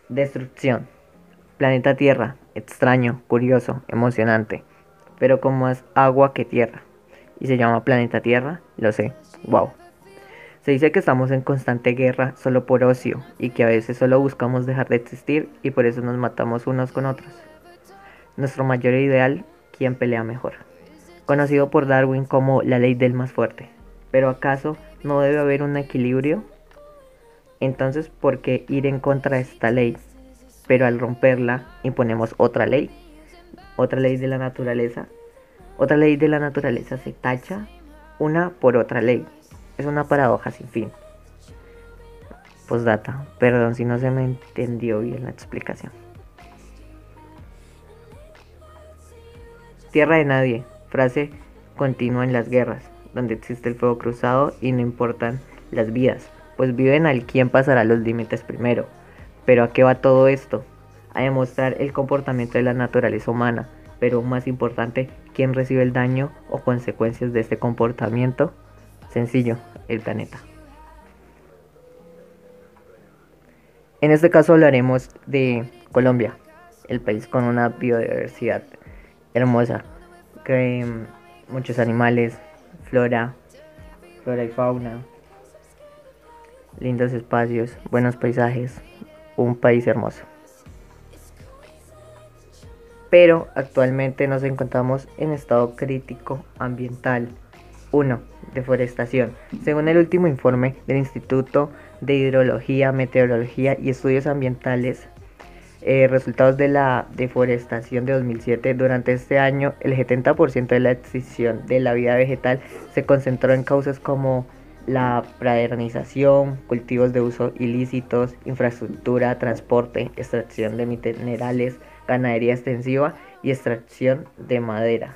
Destrucción. Planeta Tierra. Extraño, curioso, emocionante. Pero como más agua que tierra. Y se llama Planeta Tierra, lo sé. Wow. Se dice que estamos en constante guerra solo por ocio y que a veces solo buscamos dejar de existir y por eso nos matamos unos con otros. Nuestro mayor ideal, ¿quién pelea mejor? Conocido por Darwin como la ley del más fuerte. Pero ¿acaso no debe haber un equilibrio? Entonces, ¿por qué ir en contra de esta ley? Pero al romperla, imponemos otra ley de la naturaleza. Otra ley de la naturaleza se tacha una por otra ley. Es una paradoja sin fin. Postdata, perdón si no se me entendió bien la explicación. Tierra de nadie, frase continua en las guerras, donde existe el fuego cruzado y no importan las vidas, pues viven al quien pasará los límites primero. Pero ¿a qué va todo esto? A demostrar el comportamiento de la naturaleza humana, pero más importante, ¿quién recibe el daño o consecuencias de este comportamiento? Sencillo, el planeta. En este caso hablaremos de Colombia, el país con una biodiversidad hermosa, que muchos animales, flora, flora y fauna, lindos espacios, buenos paisajes, un país hermoso. Pero actualmente nos encontramos en estado crítico ambiental. 1. Deforestación. Según el último informe del Instituto de Hidrología, Meteorología y Estudios Ambientales, resultados de la deforestación de 2007, durante este año el 70% de la extinción de la vida vegetal se concentró en causas como la praderización, cultivos de uso ilícitos, infraestructura, transporte, extracción de minerales, ganadería extensiva y extracción de madera.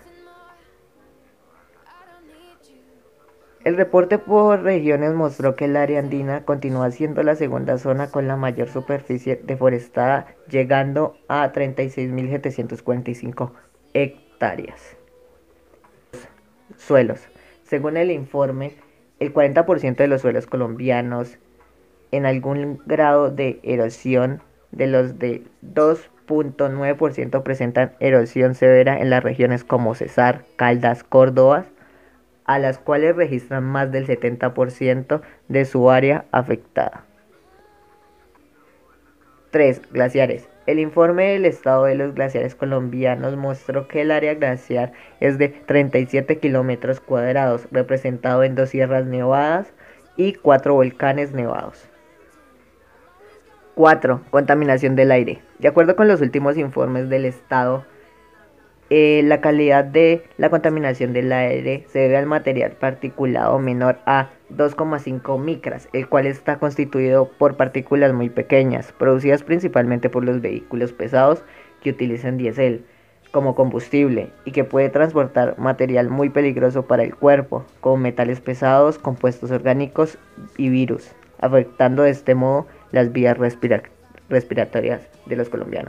El reporte por regiones mostró que el área andina continúa siendo la segunda zona con la mayor superficie deforestada, llegando a 36.745 hectáreas. Suelos. Según el informe, el 40% de los suelos colombianos en algún grado de erosión, de los de 2.9% presentan erosión severa en las regiones como Cesar, Caldas, Córdoba, a las cuales registran más del 70% de su área afectada. 3. Glaciares. El informe del estado de los glaciares colombianos mostró que el área glaciar es de 37 kilómetros cuadrados, representado en 2 sierras nevadas y 4 volcanes nevados. 4. Contaminación del aire. De acuerdo con los últimos informes del estado, la calidad de la contaminación del aire se debe al material particulado menor a 2,5 micras, el cual está constituido por partículas muy pequeñas, producidas principalmente por los vehículos pesados que utilizan diésel como combustible y que puede transportar material muy peligroso para el cuerpo, como metales pesados, compuestos orgánicos y virus, afectando de este modo las vías respiratorias de los colombianos.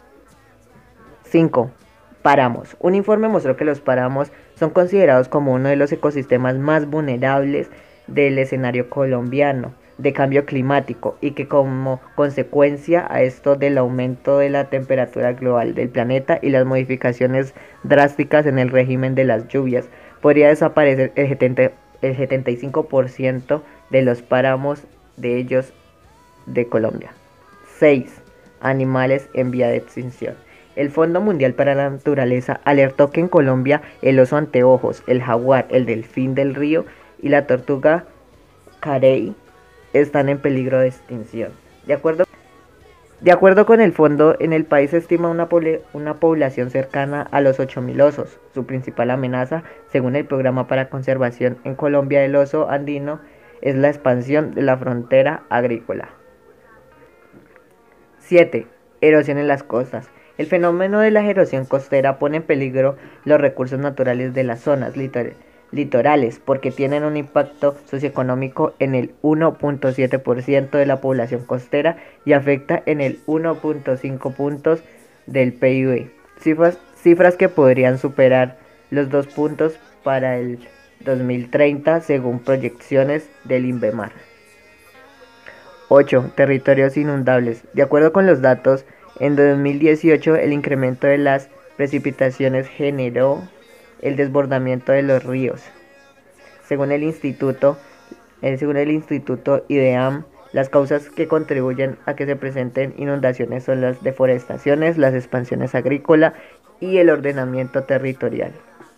5. Páramos. Un informe mostró que los páramos son considerados como uno de los ecosistemas más vulnerables del escenario colombiano de cambio climático y que como consecuencia a esto del aumento de la temperatura global del planeta y las modificaciones drásticas en el régimen de las lluvias, podría desaparecer el 75% de los páramos de ellos de Colombia. 6. Animales en vía de extinción. El Fondo Mundial para la Naturaleza alertó que en Colombia el oso anteojos, el jaguar, el delfín del río y la tortuga carey están en peligro de extinción. De acuerdo con el fondo, en el país se estima una población cercana a los 8.000 osos. Su principal amenaza, según el Programa para Conservación en Colombia del Oso Andino, es la expansión de la frontera agrícola. 7. Erosión en las costas. El fenómeno de la erosión costera pone en peligro los recursos naturales de las zonas litorales porque tienen un impacto socioeconómico en el 1.7% de la población costera y afecta en el 1.5 puntos del PIB. Cifras que podrían superar los 2 puntos para el 2030 según proyecciones del INVEMAR. 8. Territorios inundables. De acuerdo con los datos, en 2018 el incremento de las precipitaciones generó el desbordamiento de los ríos. Según según el instituto IDEAM, las causas que contribuyen a que se presenten inundaciones son las deforestaciones, las expansiones agrícolas y el ordenamiento territorial.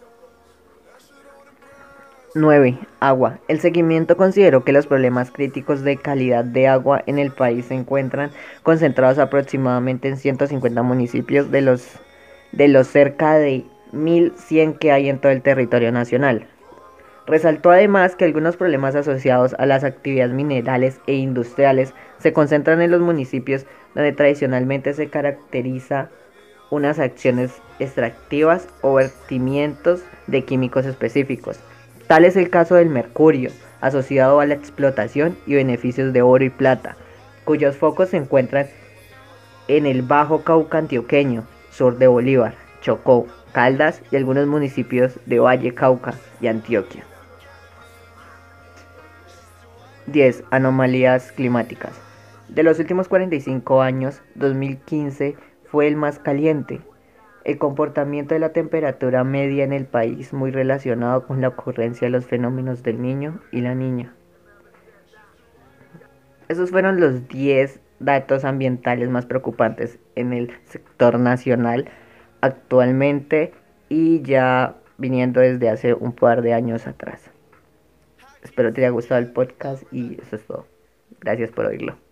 9. Agua. El seguimiento consideró que los problemas críticos de calidad de agua en el país se encuentran concentrados aproximadamente en 150 municipios de los cerca de 1.100 que hay en todo el territorio nacional. Resaltó además que algunos problemas asociados a las actividades minerales e industriales se concentran en los municipios donde tradicionalmente se caracteriza unas acciones extractivas o vertimientos de químicos específicos. Tal es el caso del mercurio, asociado a la explotación y beneficios de oro y plata, cuyos focos se encuentran en el Bajo Cauca antioqueño, sur de Bolívar, Chocó, Caldas y algunos municipios de Valle Cauca y Antioquia. 10. Anomalías climáticas. De los últimos 45 años, 2015 fue el más caliente. El comportamiento de la temperatura media en el país muy relacionado con la ocurrencia de los fenómenos del Niño y la Niña. Esos fueron los 10 datos ambientales más preocupantes en el sector nacional actualmente y ya viniendo desde hace un par de años atrás. Espero te haya gustado el podcast y eso es todo. Gracias por oírlo.